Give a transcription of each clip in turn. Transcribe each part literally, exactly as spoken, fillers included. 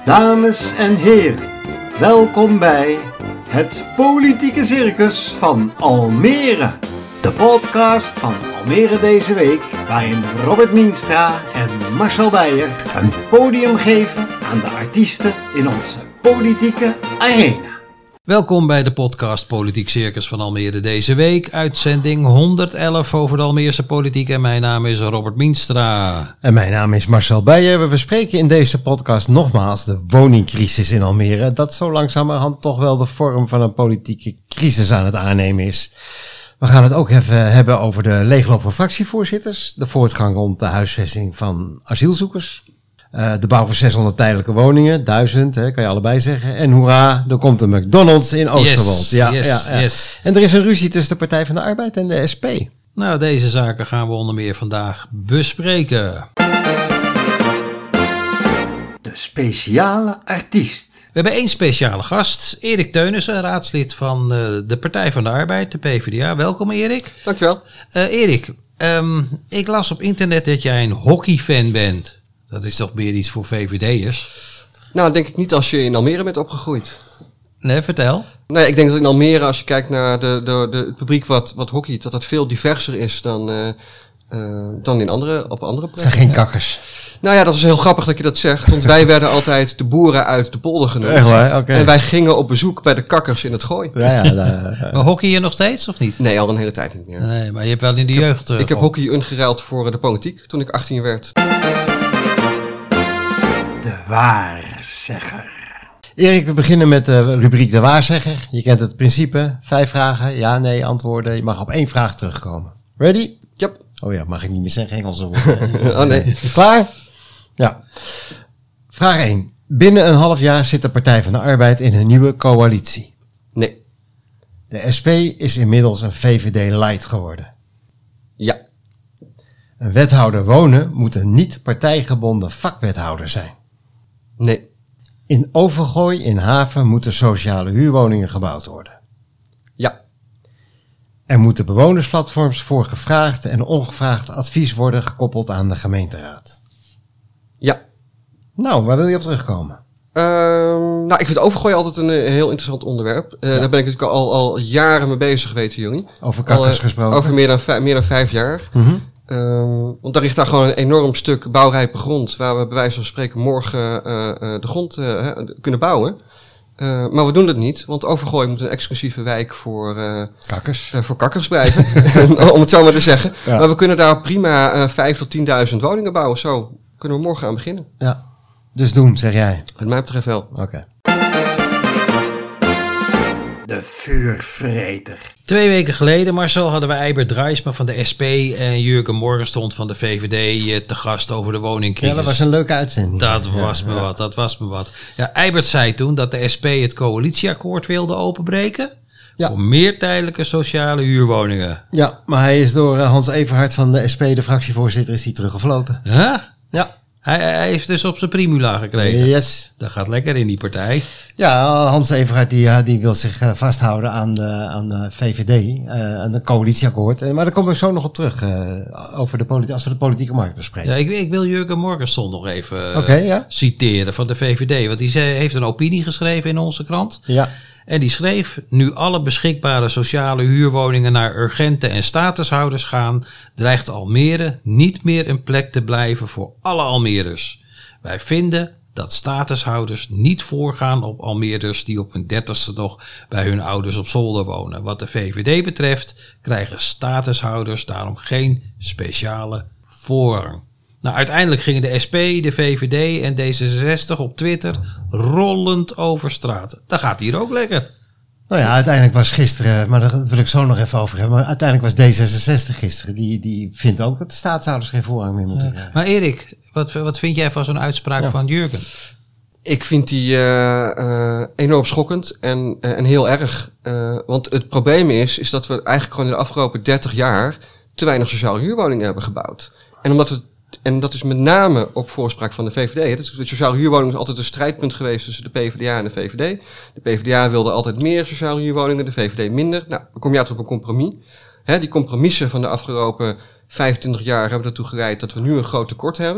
Dames en heren, welkom bij het Politieke Circus van Almere. De podcast van Almere deze week, waarin Robert Mienstra en Marcel Beijer een podium geven aan de artiesten in onze politieke arena. Welkom bij de podcast Politiek Circus van Almere deze week. Uitzending honderdelf over de Almeerse politiek en mijn naam is Robert Mienstra. En mijn naam is Marcel Beijer. We bespreken in deze podcast nogmaals de woningcrisis in Almere. Dat zo langzamerhand toch wel de vorm van een politieke crisis aan het aannemen is. We gaan het ook even hebben over de leegloop van fractievoorzitters. De voortgang rond de huisvesting van asielzoekers. Uh, de bouw van zeshonderd tijdelijke woningen, duizend, hè, kan je allebei zeggen. En hoera, er komt een McDonald's in Oosterwold. Yes, ja, yes, ja, ja. yes. En er is een ruzie tussen de Partij van de Arbeid en de S P. Nou, deze zaken gaan we onder meer vandaag bespreken. De speciale artiest. We hebben één speciale gast, Erik Teunissen, raadslid van uh, de Partij van de Arbeid, de P v d A. Welkom Erik. Dankjewel. Uh, Erik, um, ik las op internet dat jij een hockeyfan bent. Dat is toch meer iets voor V V D'ers? Nou, denk ik niet als je in Almere bent opgegroeid. Nee, vertel. Nee, ik denk dat in Almere, als je kijkt naar de, de, de, het publiek wat, wat hockeyt, dat dat veel diverser is dan, uh, uh, dan in andere, op andere Het zijn plekken. geen kakkers. Nou ja, dat is heel grappig dat je dat zegt, want wij werden altijd de boeren uit de polder genoemd. Echt waar? Oké. Okay. En wij gingen op bezoek bij de kakkers in het Gooi. Ja, ja, daar, uh, Maar hockey je nog steeds of niet? Nee, al een hele tijd niet meer. Nee, maar je hebt wel in de ik jeugd... Heb, Uh, ik heb op. hockey ingeruild voor de politiek toen ik achttien werd. De waarzegger. Erik, we beginnen met de rubriek de waarzegger. Je kent het principe. Vijf vragen, ja, nee, antwoorden. Je mag op één vraag terugkomen. Ready? Yep. Oh ja, mag ik niet meer zeggen, Engelse woorden. Oh nee. Klaar? Ja. Vraag één. Binnen een half jaar zit de Partij van de Arbeid in een nieuwe coalitie. Nee. De S P is inmiddels een V V D light geworden. Ja. Een wethouder wonen moet een niet partijgebonden vakwethouder zijn. Nee. In Overgooi in Haven moeten sociale huurwoningen gebouwd worden. Ja. Er moeten bewonersplatforms voor gevraagd en ongevraagd advies worden gekoppeld aan de gemeenteraad. Ja. Nou, waar wil je op terugkomen? Uh, nou, ik vind Overgooi altijd een uh, heel interessant onderwerp. Uh, ja. Daar ben ik natuurlijk al, al jaren mee bezig, weten jullie. Over kakkers al, uh, gesproken. Over meer dan, vijf, meer dan vijf jaar. Mm-hmm. Uh, want daar ligt daar gewoon een enorm stuk bouwrijpe grond, waar we bij wijze van spreken morgen uh, uh, de grond uh, kunnen bouwen. Uh, maar we doen dat niet, want Overgooi moet een exclusieve wijk voor, uh, kakkers. Uh, voor kakkers blijven, om het zo maar te zeggen. Ja. Maar we kunnen daar prima uh, vijf tot tienduizend woningen bouwen. Zo kunnen we morgen aan beginnen. Ja, dus doen, zeg jij. Wat mij betreft wel. Oké. Okay. De vuurvreter. Twee weken geleden, Marcel, hadden we Eibert Drijsma van de S P en Jurgen Morgenstond van de V V D te gast over de woningcrisis. Ja, dat was een leuke uitzending. Dat was ja, me ja. wat, dat was me wat. Ja, Eibert zei toen dat de S P het coalitieakkoord wilde openbreken ja. voor meer tijdelijke sociale huurwoningen. Ja, maar hij is door Hans Everhard van de S P, de fractievoorzitter, is die teruggefloten. Huh? Ja. Hij, hij heeft dus op zijn primula gekregen. Yes. Dat gaat lekker in die partij. Ja, Hans Everhard die, die wil zich vasthouden aan de, aan de V V D, uh, aan het coalitieakkoord. Maar daar kom ik zo nog op terug, uh, over de politi- als we de politieke markt bespreken. Ja, ik, ik wil Jurgen Morgenstond nog even uh, okay, ja. citeren van de V V D. Want die zei, heeft een opinie geschreven in onze krant. Ja. En die schreef, nu alle beschikbare sociale huurwoningen naar urgenten en statushouders gaan, dreigt Almere niet meer een plek te blijven voor alle Almeerders. Wij vinden dat statushouders niet voorgaan op Almeerders die op hun dertigste nog bij hun ouders op zolder wonen. Wat de V V D betreft krijgen statushouders daarom geen speciale voorrang. Nou, uiteindelijk gingen de S P, de V V D en D zesenzestig op Twitter rollend over straat. Dat gaat hier ook lekker. Nou ja, uiteindelijk was gisteren, maar daar wil ik zo nog even over hebben. Maar uiteindelijk was D zesenzestig gisteren. Die, die vindt ook dat de staatshouders geen voorrang meer moeten krijgen. Ja. Maar Erik, wat, wat vind jij van zo'n uitspraak ja. van Jurgen? Ik vind die uh, uh, enorm schokkend en, uh, en heel erg. Uh, want het probleem is, is dat we eigenlijk gewoon in de afgelopen dertig jaar te weinig sociale huurwoningen hebben gebouwd. En omdat we En dat is met name op voorspraak van de V V D. De sociale huurwoning is altijd een strijdpunt geweest tussen de P v d A en de V V D. De P v d A wilde altijd meer sociale huurwoningen, de V V D minder. Nou, dan kom je uit op een compromis. Hè, die compromissen van de afgelopen vijfentwintig jaar hebben ertoe geleid dat we nu een groot tekort hebben.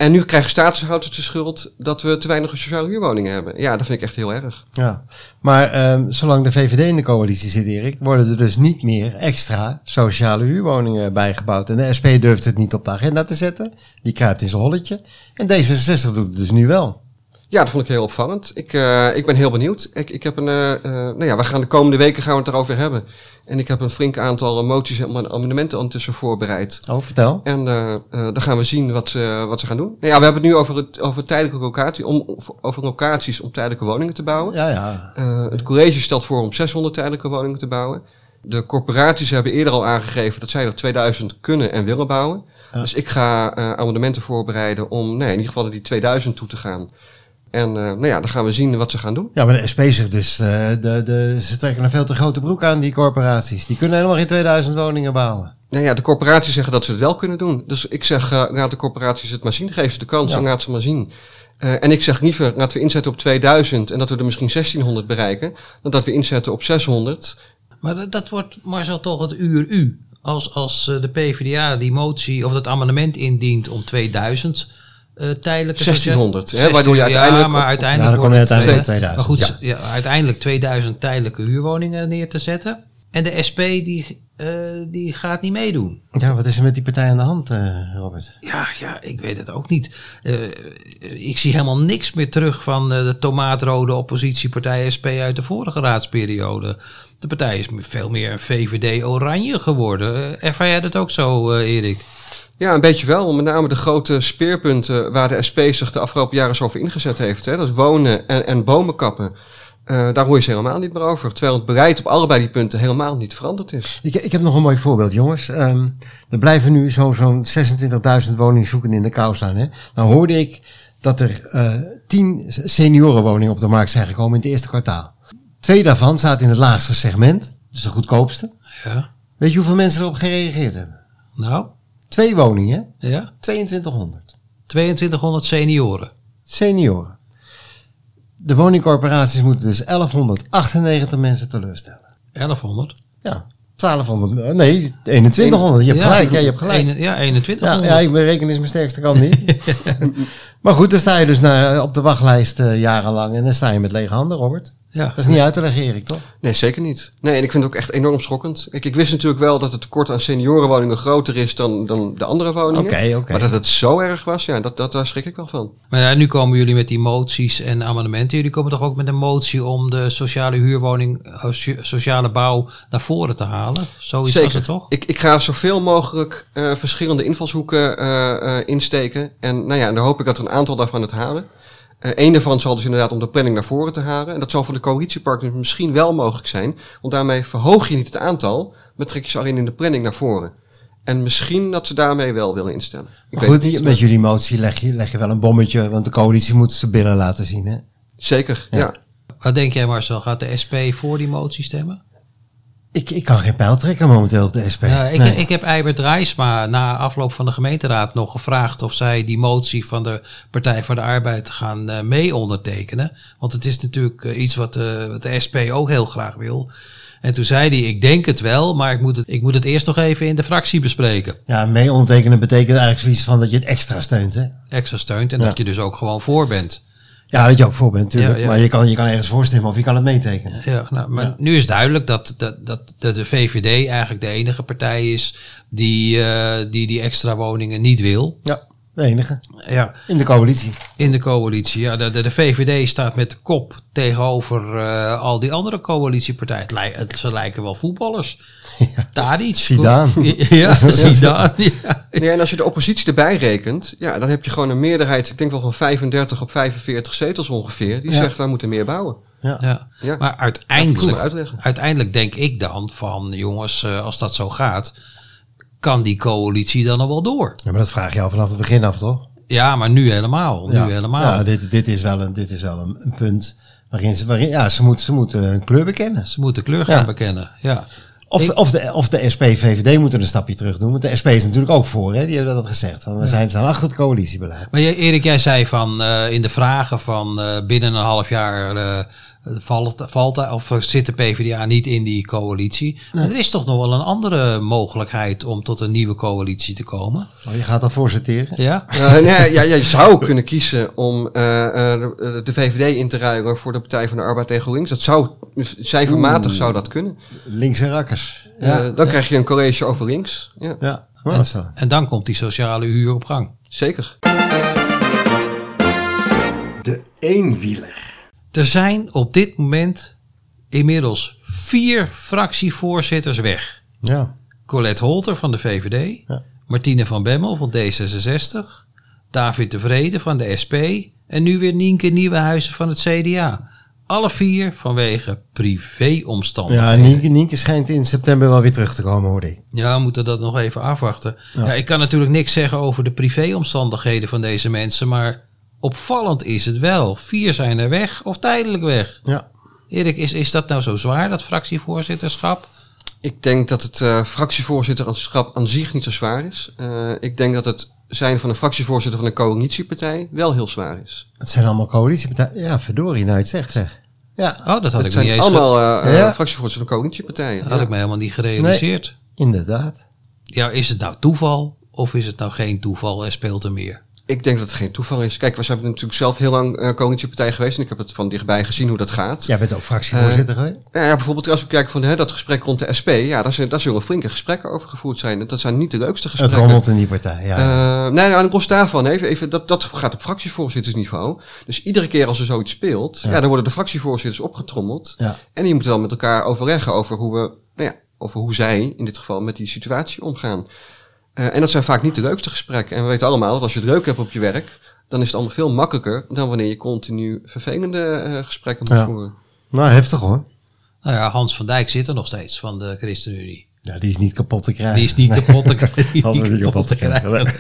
En nu krijgen statushouders de schuld dat we te weinig sociale huurwoningen hebben. Ja, dat vind ik echt heel erg. Ja, maar um, zolang de V V D in de coalitie zit, Erik, worden er dus niet meer extra sociale huurwoningen bijgebouwd. En de S P durft het niet op de agenda te zetten. Die kruipt in zijn holletje. En D zesenzestig doet het dus nu wel. Ja, dat vond ik heel opvallend. Ik, uh, ik ben heel benieuwd. Ik, ik heb een, uh, uh, nou ja, we gaan de komende weken gaan we het erover hebben. En ik heb een flink aantal moties en amendementen ondertussen voorbereid. Oh, vertel. En uh, uh, dan gaan we zien wat, uh, wat ze gaan doen. Nou ja, we hebben het nu over, het, over tijdelijke locatie, om, over locaties om tijdelijke woningen te bouwen. Ja, ja. Uh, het college stelt voor om zeshonderd tijdelijke woningen te bouwen. De corporaties hebben eerder al aangegeven dat zij er tweeduizend kunnen en willen bouwen. Ja. Dus ik ga uh, amendementen voorbereiden om nee, in ieder geval naar die tweeduizend toe te gaan. En uh, nou ja, dan gaan we zien wat ze gaan doen. Ja, maar de S P zegt dus, uh, de, de, ze trekken een veel te grote broek aan, die corporaties. Die kunnen helemaal geen tweeduizend woningen bouwen. Nou ja, de corporaties zeggen dat ze het wel kunnen doen. Dus ik zeg, uh, laat de corporaties het maar zien. Geef ze de kans, ja. En laat ze maar zien. Uh, en ik zeg liever, laten we inzetten op tweeduizend en dat we er misschien zestienhonderd bereiken, dan dat we inzetten op zeshonderd. Maar dat, dat wordt, Marcel, toch het uur u. Als, als uh, de PvdA die motie of dat amendement indient om tweeduizend... Uh, tijdelijke zestienhonderd, hè, waardoor je uiteindelijk... Ja, maar uiteindelijk ja, dan kom je uiteindelijk tweeduizend. Maar goed, ja. Ja, uiteindelijk tweeduizend tijdelijke huurwoningen neer te zetten. En de S P die, uh, die gaat niet meedoen. Ja, wat is er met die partij aan de hand, uh, Robert? Ja, ja, ik weet het ook niet. Uh, ik zie helemaal niks meer terug van uh, de tomaatrode oppositiepartij S P uit de vorige raadsperiode. De partij is veel meer een V V D-oranje geworden. Uh, ervaar jij dat ook zo, uh, Erik? Ja, een beetje wel. Met name de grote speerpunten waar de S P zich de afgelopen jaren zo over ingezet heeft. Hè, dat is wonen en, en bomen kappen. Uh, daar hoor je ze helemaal niet meer over. Terwijl het beleid op allebei die punten helemaal niet veranderd is. Ik, ik heb nog een mooi voorbeeld, jongens. Um, er blijven nu zo, zo'n zesentwintigduizend woningszoekenden in de kou staan. Hè? Nou hoorde ik dat er uh, tien seniorenwoningen op de markt zijn gekomen in het eerste kwartaal. Twee daarvan zaten in het laagste segment, dus de goedkoopste. Ja. Weet je hoeveel mensen erop gereageerd hebben? Nou? Twee woningen, ja? tweeëntwintighonderd. tweeëntwintighonderd senioren. Senioren. De woningcorporaties moeten dus elfhonderdachtennegentig mensen teleurstellen. elfhonderd? Ja, twaalfhonderd. Nee, eenentwintighonderd. Je hebt ja, gelijk. Ja, je hebt gelijk. Een, ja, eenentwintighonderd. Ja, ja, ik ben rekenen is mijn sterkste kant niet. Maar goed, dan sta je dus naar, op de wachtlijst uh, jarenlang en dan sta je met lege handen, Robert. Ja. Dat is niet uit te leggen, Erik, toch? Nee, zeker niet. Nee, en ik vind het ook echt enorm schokkend. Ik, ik wist natuurlijk wel dat het tekort aan seniorenwoningen groter is dan, dan de andere woningen. Oké, okay, oké. Okay. Maar dat het zo erg was, ja, dat, dat, daar schrik ik wel van. Maar ja, nu komen jullie met die moties en amendementen. Jullie komen toch ook met een motie om de sociale huurwoning, sociale bouw naar voren te halen? Zoiets zeker. Was het toch? Ik, ik ga zoveel mogelijk uh, verschillende invalshoeken uh, uh, insteken. En nou ja, dan hoop ik dat er een aantal daarvan het halen. Uh, Eén daarvan zal dus inderdaad om de planning naar voren te halen. En dat zal voor de coalitiepartners misschien wel mogelijk zijn. Want daarmee verhoog je niet het aantal, maar trek je ze alleen in de planning naar voren. En misschien dat ze daarmee wel willen instellen. Ik maar goed, niet, met jullie motie leg je, leg je wel een bommetje, want de coalitie moet ze billen laten zien, hè? Zeker, ja. ja. Wat denk jij, Marcel? Gaat de S P voor die motie stemmen? Ik, ik kan geen pijl trekken momenteel op de S P. Ja, ik, nee. ik heb Eibert Rijsma na afloop van de gemeenteraad nog gevraagd of zij die motie van de Partij voor de Arbeid gaan uh, mee ondertekenen. Want het is natuurlijk uh, iets wat, uh, wat de S P ook heel graag wil. En toen zei hij, ik denk het wel, maar ik moet het, ik moet het eerst nog even in de fractie bespreken. Ja, mee ondertekenen betekent eigenlijk zoiets van dat je het extra steunt, hè? Extra steunt en ja. dat je dus ook gewoon voor bent. Ja, dat je ook voor bent natuurlijk. Ja, ja. Maar je kan, je kan ergens voorstemmen of je kan het meetekenen. Ja, nou, maar ja. nu is duidelijk dat, dat, dat, dat de V V D eigenlijk de enige partij is die uh, die, die extra woningen niet wil. Ja, de enige. Ja. In de coalitie. In de coalitie, ja. De, de, de V V D staat met de kop tegenover uh, al die andere coalitiepartijen. Het lij, het, ze lijken wel voetballers. Ja. Tadic. Zidane. Ja, Zidane. Ja. Nee, en als je de oppositie erbij rekent, ja, dan heb je gewoon een meerderheid, ik denk wel van vijfendertig op vijfenveertig zetels ongeveer, die ja. zegt, wij moeten meer bouwen. Ja. Ja. Ja. Maar uiteindelijk, uiteindelijk denk ik dan van, jongens, uh, als dat zo gaat, kan die coalitie dan nog wel door? Ja, maar dat vraag je al vanaf het begin af, toch? Ja, maar nu helemaal. Nu ja. helemaal. Ja, dit, dit is wel een, dit is wel een, een punt waarin ze, waarin, ja, ze, moet, ze moeten een kleur bekennen. Ze moeten kleur gaan ja. bekennen, ja. Of, ik, of, de, of de S P, V V D moeten een stapje terug doen. Want de S P is natuurlijk ook voor, hè? Die hebben dat gezegd. Want we zijn, staan achter het coalitiebeleid. Maar Erik, jij zei van uh, in de vragen van uh, binnen een half jaar uh, valt, valt, of zit de PvdA niet in die coalitie. Nee. Er is toch nog wel een andere mogelijkheid om tot een nieuwe coalitie te komen. Oh, je gaat al voorzitteren? Ja? Uh, nee, ja, je zou kunnen kiezen om uh, de, de V V D in te ruilen voor de Partij van de Arbeid tegen links. Dat zou, cijfermatig zou dat kunnen. Links en rakkers. Ja, uh, dan ja. krijg je een college over links. Ja. Ja. Oh, en, zo. en dan komt die sociale huur op gang. Zeker. De eenwieler. Er zijn op dit moment inmiddels vier fractievoorzitters weg. Ja. Colette Holter van de V V D, ja. Martine van Bemmel van D zesenzestig, David de Vrede van de S P en nu weer Nienke Nieuwenhuizen van het C D A. Alle vier vanwege privéomstandigheden. Ja, Nienke, Nienke schijnt in september wel weer terug te komen, hoorde ik. Ja, we moeten dat nog even afwachten. Ja. Ja, ik kan natuurlijk niks zeggen over de privéomstandigheden van deze mensen, maar opvallend is het wel. Vier zijn er weg of tijdelijk weg. Ja. Erik, is, is dat nou zo zwaar, dat fractievoorzitterschap? Ik denk dat het uh, fractievoorzitterschap aan zich niet zo zwaar is. Uh, ik denk dat het zijn van een fractievoorzitter van een coalitiepartij wel heel zwaar is. Het zijn allemaal coalitiepartijen. Ja, verdorie, nou je het zegt, zeg. Ja. Oh, dat had het ik zijn niet eens allemaal uh, ja. fractievoorzitters van coalitiepartijen. Dat ja. had ik me helemaal niet gerealiseerd. Nee, inderdaad. Ja, is het nou toeval of is het nou geen toeval en speelt er meer? Ik denk dat het geen toeval is. Kijk, we zijn natuurlijk zelf heel lang uh, coalitiepartij geweest en ik heb het van dichtbij gezien hoe dat gaat. Jij bent ook fractievoorzitter uh, geweest? Ja, ja, bijvoorbeeld als we kijken van hè, dat gesprek rond de S P, ja, daar, zijn, daar zullen flinke gesprekken over gevoerd zijn. Dat zijn niet de leukste gesprekken. Het rommelt in die partij, ja. Uh, nee, nou, los daarvan, even, even, dat, dat gaat op fractievoorzittersniveau. Dus iedere keer als er zoiets speelt, ja. Ja, dan worden de fractievoorzitters opgetrommeld. Ja. En die moeten dan met elkaar overleggen over hoe we, nou ja, over hoe zij in dit geval met die situatie omgaan. Uh, en dat zijn vaak niet de leukste gesprekken. En we weten allemaal dat als je het leuk hebt op je werk, dan is het allemaal veel makkelijker dan wanneer je continu vervelende uh, gesprekken moet ja. voeren. Nou, heftig hoor. Nou ja, Hans van Dijk zit er nog steeds van de ChristenUnie. Ja, die is niet kapot te krijgen. Die is niet nee. kapot te krijgen. Die is niet kapot te krijgen. Nee.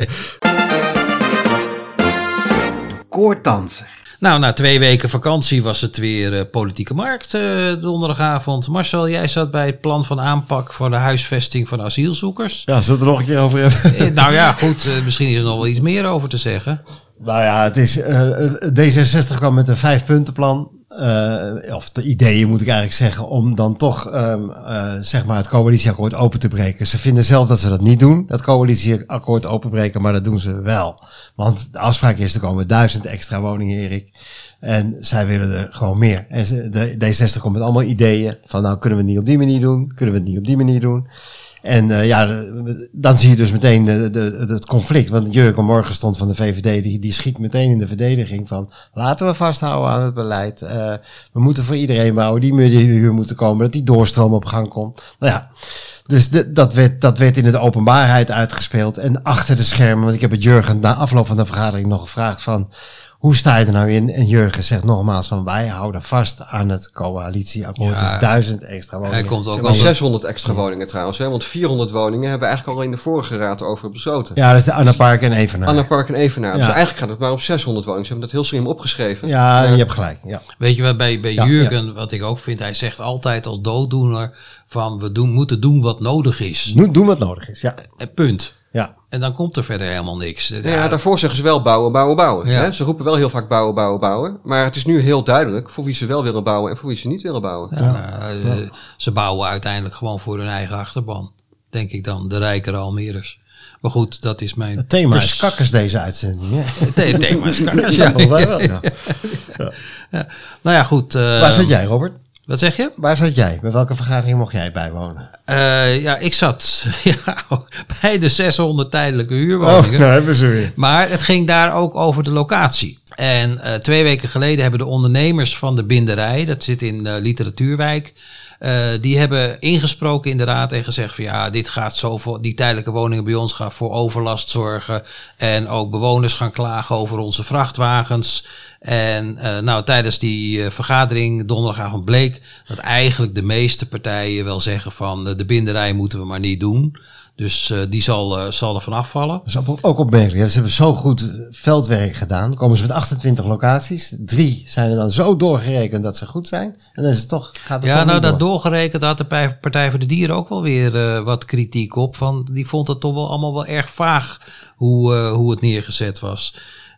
De koorddanser. Nou, na twee weken vakantie was het weer uh, politieke markt uh, donderdagavond. Marcel, jij zat bij het plan van aanpak voor de huisvesting van asielzoekers. Ja, zullen we het er nog een keer over hebben? Uh, nou ja, goed, uh, misschien is er nog wel iets meer over te zeggen. Nou ja, het is, uh, D zesenzestig kwam met een vijfpuntenplan. Uh, of de ideeën moet ik eigenlijk zeggen, om dan toch um, uh, zeg maar het coalitieakkoord open te breken. Ze vinden zelf dat ze dat niet doen, dat coalitieakkoord openbreken, maar dat doen ze wel. Want de afspraak is, er komen duizend extra woningen, Erik. En zij willen er gewoon meer. En ze, de D zesenzestig komt met allemaal ideeën van, nou kunnen we het niet op die manier doen, kunnen we het niet op die manier doen. En uh, ja, dan zie je dus meteen de, de, de, het conflict. Want Jurgen Morgen stond van de V V D, die, die schiet meteen in de verdediging van, laten we vasthouden aan het beleid. Uh, we moeten voor iedereen bouwen, die huur moeten komen, dat die doorstroom op gang komt. Nou ja, dus de, dat, werd, dat werd in de openbaarheid uitgespeeld. En achter de schermen, want ik heb het Jurgen na afloop van de vergadering nog gevraagd van, hoe sta je er nou in? En Jurgen zegt nogmaals van, wij houden vast aan het coalitieakkoord. Ja, dus duizend extra woningen. Hij komt ook wel zeshonderd extra woningen trouwens. Hè? Want vierhonderd woningen hebben we eigenlijk al in de vorige raad over besloten. Ja, dat is de Anna Park en Evenaar. Anna Park en Evenaar. Ja. Dus eigenlijk gaat het maar op zeshonderd woningen. Ze hebben dat heel slim opgeschreven. Ja, uh, je hebt gelijk. Ja. Weet je wat bij, bij ja, Jurgen, ja. wat ik ook vind, hij zegt altijd als dooddoener van, we doen, moeten doen wat nodig is. Doen wat nodig is, ja. En punt. Ja. En dan komt er verder helemaal niks. Ja, ja, daarvoor zeggen ze wel bouwen, bouwen, bouwen. Ja. Hè? Ze roepen wel heel vaak bouwen, bouwen, bouwen. Maar het is nu heel duidelijk voor wie ze wel willen bouwen en voor wie ze niet willen bouwen. Ja, ja. Nou, ze bouwen uiteindelijk gewoon voor hun eigen achterban. Denk ik dan, de rijkere Almeerders. Maar goed, dat is mijn... Het thema pers- is kakkers deze uitzending. Hè? Het thema is kakkers, ja. ja, wel, ja. ja. Ja. Nou ja, goed. Uh, Waar zat jij, Robert? Wat zeg je? Waar zat jij? Bij welke vergadering mocht jij bijwonen? Uh, ja, ik zat ja, bij de zeshonderd tijdelijke huurwoningen. Oh, nou hebben ze weer. Maar het ging daar ook over de locatie. En uh, twee weken geleden hebben de ondernemers van de binderij, dat zit in uh, Literatuurwijk, uh, die hebben ingesproken in de raad en gezegd van ja, dit gaat zo voor, die tijdelijke woningen bij ons gaan voor overlast zorgen. En ook bewoners gaan klagen over onze vrachtwagens. En uh, nou, tijdens die uh, vergadering donderdagavond bleek dat eigenlijk de meeste partijen wel zeggen van uh, de binderij moeten we maar niet doen. Dus uh, die zal, uh, zal er van afvallen. Dat is ook, ook opmerkelijk. Ze hebben zo goed veldwerk gedaan. Dan komen ze met achtentwintig locaties. Drie zijn er dan zo doorgerekend dat ze goed zijn. En dan is het toch, gaat het ja, toch nou niet dat door. doorgerekend had de Partij voor de Dieren ook wel weer uh, wat kritiek op. Van, die vond het toch wel allemaal wel erg vaag hoe, uh, hoe het neergezet was.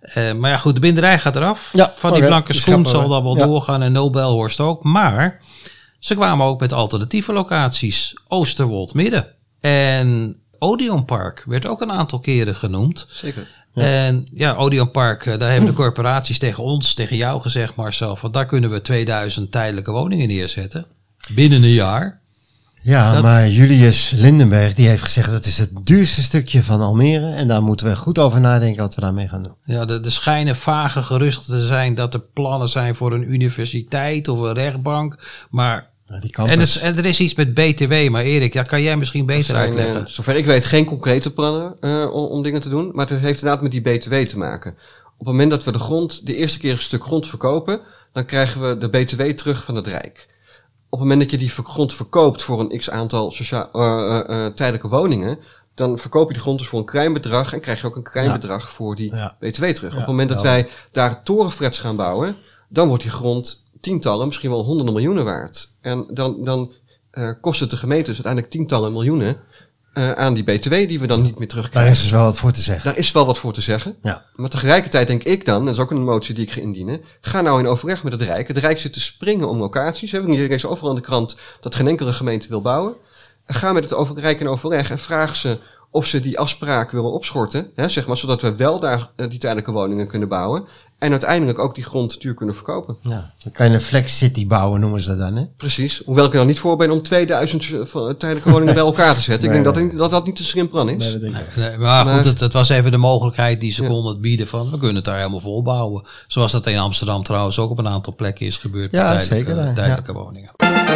Uh, maar ja, goed, de binderij gaat eraf. Ja, Van okay, die blanke schoen zal dan wel ja. doorgaan en Nobelhorst ook. Maar ze kwamen ook met alternatieve locaties. Oosterwold Midden. En Odeon Park werd ook een aantal keren genoemd. Zeker. Ja. En ja, Odeon Park, daar hebben de corporaties tegen ons, tegen jou gezegd, Marcel, van daar kunnen we tweeduizend tijdelijke woningen neerzetten. Binnen een jaar. Ja, dat... maar Julius Lindenberg die heeft gezegd dat is het duurste stukje van Almere. En daar moeten we goed over nadenken wat we daarmee gaan doen. Ja, er schijnen vage geruchten te zijn dat er plannen zijn voor een universiteit of een rechtbank. Maar Ja, die en, het, en er is iets met B T W, maar Erik, ja, kan jij misschien beter zijn, uitleggen? Uh, zover ik weet geen concrete plannen uh, om, om dingen te doen. Maar het heeft inderdaad met die B T W te maken. Op het moment dat we de grond, de eerste keer een stuk grond verkopen, dan krijgen we de B T W terug van het Rijk. Op het moment dat je die grond verkoopt voor een x aantal sociaal, uh, uh, uh, tijdelijke woningen, dan verkoop je die grond dus voor een klein bedrag en krijg je ook een klein ja. bedrag voor die ja. B T W terug. Ja, op het moment dat wel. wij daar torenflats gaan bouwen, dan wordt die grond tientallen, misschien wel honderden miljoenen waard. En dan, dan uh, kost het de gemeente dus uiteindelijk tientallen miljoenen uh, aan die B T W die we dan niet meer terugkrijgen. Daar is dus wel wat voor te zeggen. Daar is wel wat voor te zeggen. Ja. Maar tegelijkertijd denk ik dan, dat is ook een motie die ik ga indienen, ga nou in overleg met het Rijk. Het Rijk zit te springen om locaties. We lezen overal in de krant dat geen enkele gemeente wil bouwen. Ga met het over, Rijk in overleg en vraag ze of ze die afspraak willen opschorten. Hè, zeg maar, zodat we wel daar uh, die tijdelijke woningen kunnen bouwen. En uiteindelijk ook die grond duur kunnen verkopen. Ja, dan kan je een flex city bouwen, noemen ze dat dan, hè? Precies. Hoewel ik er dan niet voor ben om tweeduizend tijdelijke woningen bij elkaar te zetten. Nee, ik denk nee. dat, dat dat dat niet een slim plan is. Nee, dat denk ik. Nee, nee, maar goed, Maar- het, het was even de mogelijkheid die ze Ja. konden bieden van, we kunnen het daar helemaal vol bouwen. Zoals dat in Amsterdam trouwens ook op een aantal plekken is gebeurd. Ja, met tijdelijke, zeker, ja. tijdelijke woningen.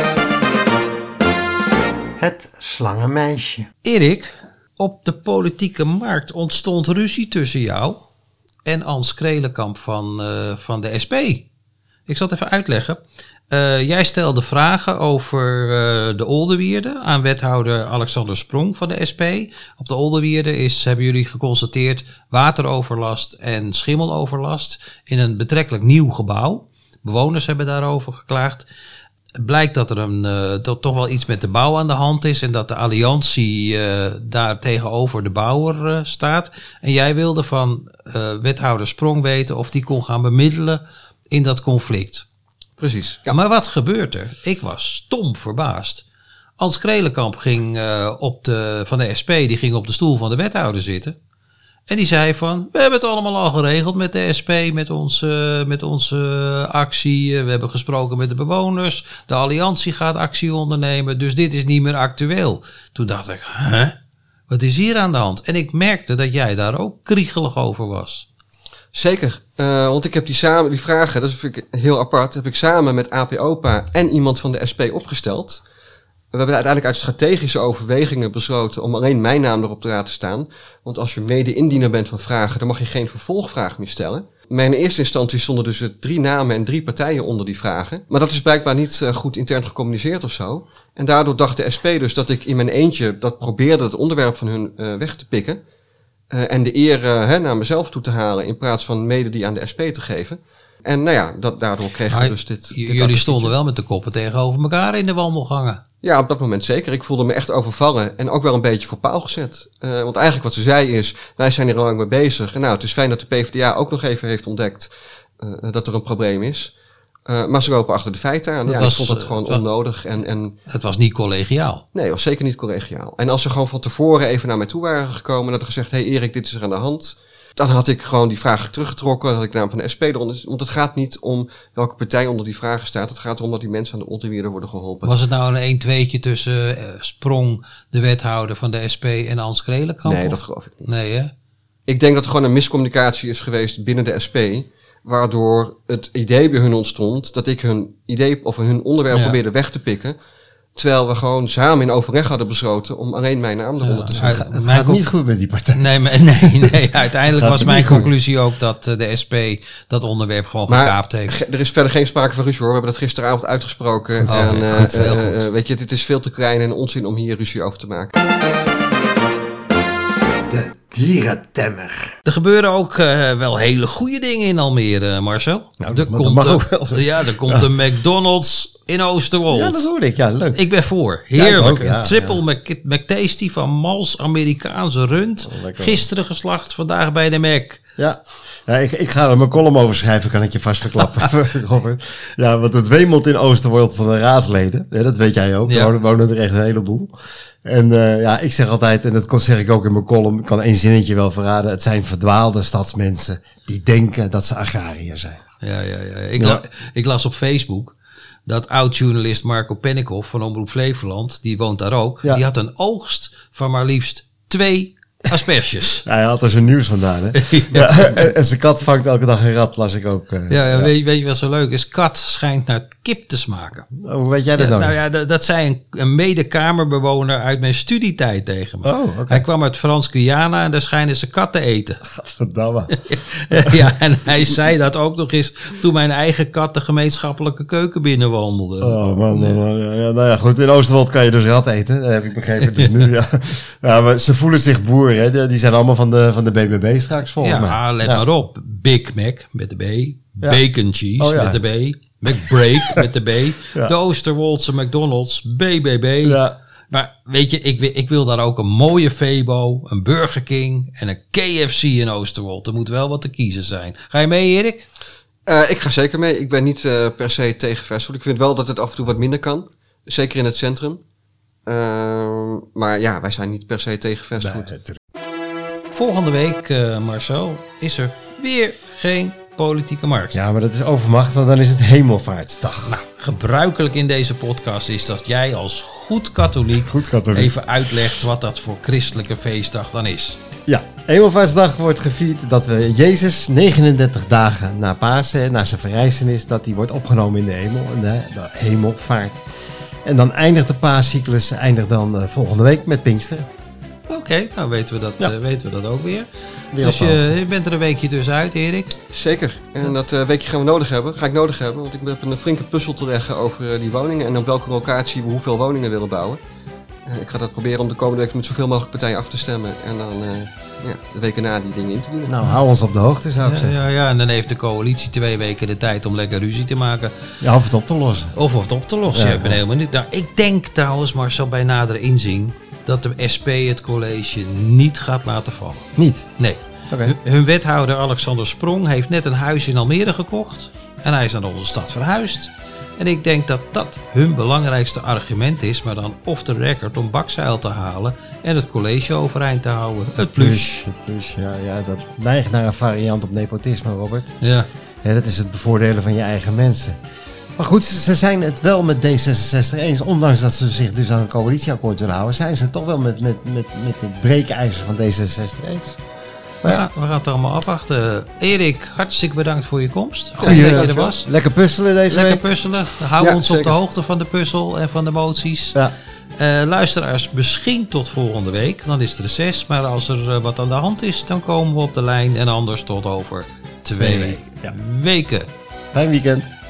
Het slangenmeisje. Erik, op de politieke markt ontstond ruzie tussen jou en Ans Krelenkamp van, uh, van de S P. Ik zal het even uitleggen. Uh, jij stelde vragen over uh, de Oldewierde aan wethouder Alexander Sprong van de S P. Op de Oldewierde is, hebben jullie geconstateerd, wateroverlast en schimmeloverlast in een betrekkelijk nieuw gebouw. Bewoners hebben daarover geklaagd. Het blijkt dat er een, uh, dat toch wel iets met de bouw aan de hand is en dat de alliantie uh, daar tegenover de bouwer uh, staat. En jij wilde van uh, wethouder Sprong weten of die kon gaan bemiddelen in dat conflict. Precies. Ja. Maar wat gebeurt er? Ik was stom verbaasd. Ans Krelenkamp ging uh, op de, van de S P, die ging op de stoel van de wethouder zitten. En die zei van, we hebben het allemaal al geregeld met de S P, met onze, met onze actie. We hebben gesproken met de bewoners. De alliantie gaat actie ondernemen, dus dit is niet meer actueel. Toen dacht ik, hè? Wat is hier aan de hand? En ik merkte dat jij daar ook kriegelig over was. Zeker. Uh, want ik heb die, samen, die vragen, dat vind ik heel apart, heb ik samen met A P O P A en iemand van de S P opgesteld. We hebben uiteindelijk uit strategische overwegingen besloten om alleen mijn naam erop te laten staan. Want als je mede-indiener bent van vragen, dan mag je geen vervolgvraag meer stellen. Maar in eerste instantie stonden dus drie namen en drie partijen onder die vragen. Maar dat is blijkbaar niet uh, goed intern gecommuniceerd of zo. En daardoor dacht de S P dus dat ik in mijn eentje dat probeerde het onderwerp van hun uh, weg te pikken. Uh, en de eer uh, hè, naar mezelf toe te halen in plaats van mede die aan de S P te geven. En nou ja, dat, daardoor kregen we dus dit, dit Jullie stonden wel met de koppen tegenover elkaar in de wandelgangen. Ja, op dat moment zeker. Ik voelde me echt overvallen en ook wel een beetje voor paal gezet. Uh, want eigenlijk wat ze zei is, wij zijn er al lang mee bezig. En nou, het is fijn dat de P v d A ook nog even heeft ontdekt uh, dat er een probleem is. Uh, maar ze lopen achter de feiten aan. Ja, was, ik vond dat gewoon was, onnodig. En, en, het was niet collegiaal. Nee, het was zeker niet collegiaal. En als ze gewoon van tevoren even naar mij toe waren gekomen en hadden gezegd, hé hey Erik, dit is er aan de hand. Dan had ik gewoon die vragen teruggetrokken. Dan had ik de naam van de S P eronder. Want het gaat niet om welke partij onder die vragen staat. Het gaat erom dat die mensen aan de Oldewierde worden geholpen. Was het nou een een-tweetje tussen uh, Sprong, de wethouder van de S P, en Ans Krelenkamp? Nee, dat geloof ik niet. Nee, hè? Ik denk dat er gewoon een miscommunicatie is geweest binnen de S P. Waardoor het idee bij hun ontstond dat ik hun idee of hun onderwerp ja. probeerde weg te pikken. Terwijl we gewoon samen in overleg hadden besloten om alleen mijn naam eronder ja, te zetten. Het, het gaat co- niet goed met die partij. Nee, maar, nee, nee uiteindelijk was mijn conclusie ook dat de S P dat onderwerp gewoon maar gekaapt heeft. Er is verder geen sprake van ruzie hoor. We hebben dat gisteravond uitgesproken. Goed, en, oh, uh, goed, uh, uh, uh, weet je, dit is veel te klein en onzin om hier ruzie over te maken. De dierentemmer. Er gebeuren ook uh, wel hele goede dingen in Almere, Marcel. Nou, er dat komt mag een, ook wel zo. Ja, er komt ja. een McDonald's in Oosterwold. Ja, dat hoor ik. Ja, leuk. Ik ben voor. Heerlijk. Ja, ook, ja, een triple ja. Mc, McTasty van Mals Amerikaanse rund. Oh, Gisteren geslacht, vandaag bij de Mac. Ja, ja ik, ik ga er mijn column over schrijven, kan ik je vast verklappen, Robert. Ja, want het wemelt in Oosterwold van de raadsleden. Ja, dat weet jij ook, Ja. er wonen er echt een heleboel. En uh, ja, ik zeg altijd, en dat zeg ik ook in mijn column, ik kan één zinnetje wel verraden. Het zijn verdwaalde stadsmensen die denken dat ze agrariër zijn. Ja, ja, ja. Ik, Ja. La, ik las op Facebook dat oud-journalist Marco Pennikhoff van Omroep Flevoland, die woont daar ook, Ja. die had een oogst van maar liefst twee asperges. Ja, hij had er zijn nieuws vandaan, hè. Ja. Ja, en, en zijn kat vangt elke dag een rat, las ik ook. Uh, Ja, ja, Weet, weet je wat zo leuk is? Kat schijnt naar kip te smaken. Hoe weet jij dat Ja, nou? nou ja, dat, dat zei een, een medekamerbewoner uit mijn studietijd tegen me. Oh, oké. Hij kwam uit Frans-Guyana en daar schijnen ze katten eten. Gadverdamme. Ja, en hij zei dat ook nog eens toen mijn eigen kat de gemeenschappelijke keuken binnenwandelde. Oh man, man, man. Ja, ja, nou ja, goed. In Oosterwold kan je dus rat eten. Dat heb ik begrepen. Dus nu, ja. Ja, maar ze voelen zich boer, hè. Die- Die zijn allemaal van de, van de B B B straks, volgens Ja, mij. let Ja. maar op. Big Mac met de B. Bacon cheese Oh, ja. met de B. McBreak met de B. Ja. De Oosterwoldse McDonald's. B B B. Ja. Maar weet je, ik wil, ik wil daar ook een mooie Febo, een Burger King en een K F C in Oosterwold. Er moet wel wat te kiezen zijn. Ga je mee, Erik? Uh, ik ga zeker mee. Ik ben niet uh, per se tegen fastfood. Ik vind wel dat het af en toe wat minder kan. Zeker in het centrum. Uh, maar ja, wij zijn niet per se tegen fastfood. Nee, natuurlijk. Volgende week, uh, Marcel, is er weer geen politieke markt. Ja, maar dat is overmacht, want dan is het Hemelvaartsdag. Nou, gebruikelijk in deze podcast is dat jij als goed katholiek Goed katholiek. even uitlegt wat dat voor christelijke feestdag dan is. Ja, Hemelvaartsdag wordt gevierd dat we Jezus negenendertig dagen na Pasen, na zijn verrijzenis, dat hij wordt opgenomen in de hemel, in de, de hemelvaart. En dan eindigt de paascyclus, eindigt dan uh, volgende week met Pinksteren. Oké, okay, nou weten we, dat, Ja. uh, weten we dat ook weer. Weer Dus op de je, hoogte. je bent er een weekje tussenuit, Erik. Zeker. En dat uh, weekje gaan we nodig hebben. Ga ik nodig hebben. Want ik heb een flinke puzzel te leggen over uh, die woningen. En op welke locatie we hoeveel woningen willen bouwen. Uh, ik ga dat proberen om de komende week met zoveel mogelijk partijen af te stemmen. En dan uh, ja, de weken na die dingen in te dienen. Nou, hou ons op de hoogte, zou ik Ja, zeggen. ja, ja, en dan heeft de coalitie twee weken de tijd om lekker ruzie te maken. Ja, of het op te lossen. Of het op te lossen. Ja, Ja, ik ben ja. helemaal niet. Nou, ik denk trouwens, Marcel, bij nader inzien dat de S P het college niet gaat laten vallen. Niet. Nee. Oké. Hun- Hun wethouder Alexander Sprong heeft net een huis in Almere gekocht. En hij is naar onze stad verhuisd. En ik denk dat dat hun belangrijkste argument is, maar dan off the record om bakzeil te halen en het college overeind te houden. Het plus. Het plus, ja, ja, dat neigt naar een variant op nepotisme, Robert. Ja. Ja, dat is het bevoordelen van je eigen mensen. Maar goed, ze ze zijn het wel met D zesenzestig eens. Ondanks dat ze zich dus aan het coalitieakkoord willen houden, zijn ze het toch wel met, met, met, met het breekijzer van D zesenzestig eens. We Maar ja, gaan, we gaan het allemaal afwachten. Erik, hartstikke bedankt voor je komst. Goed Goeie- dat je er dankjewel. was. lekker puzzelen deze Lekker week. puzzelen. Hou Ja, ons op zeker. de hoogte van de puzzel en van de moties. Ja. Eh, luisteraars, misschien tot volgende week. Dan is het reces. Maar als er eh, wat aan de hand is, dan komen we op de lijn. En anders tot over twee, Twee weken, ja. weken. Fijn weekend.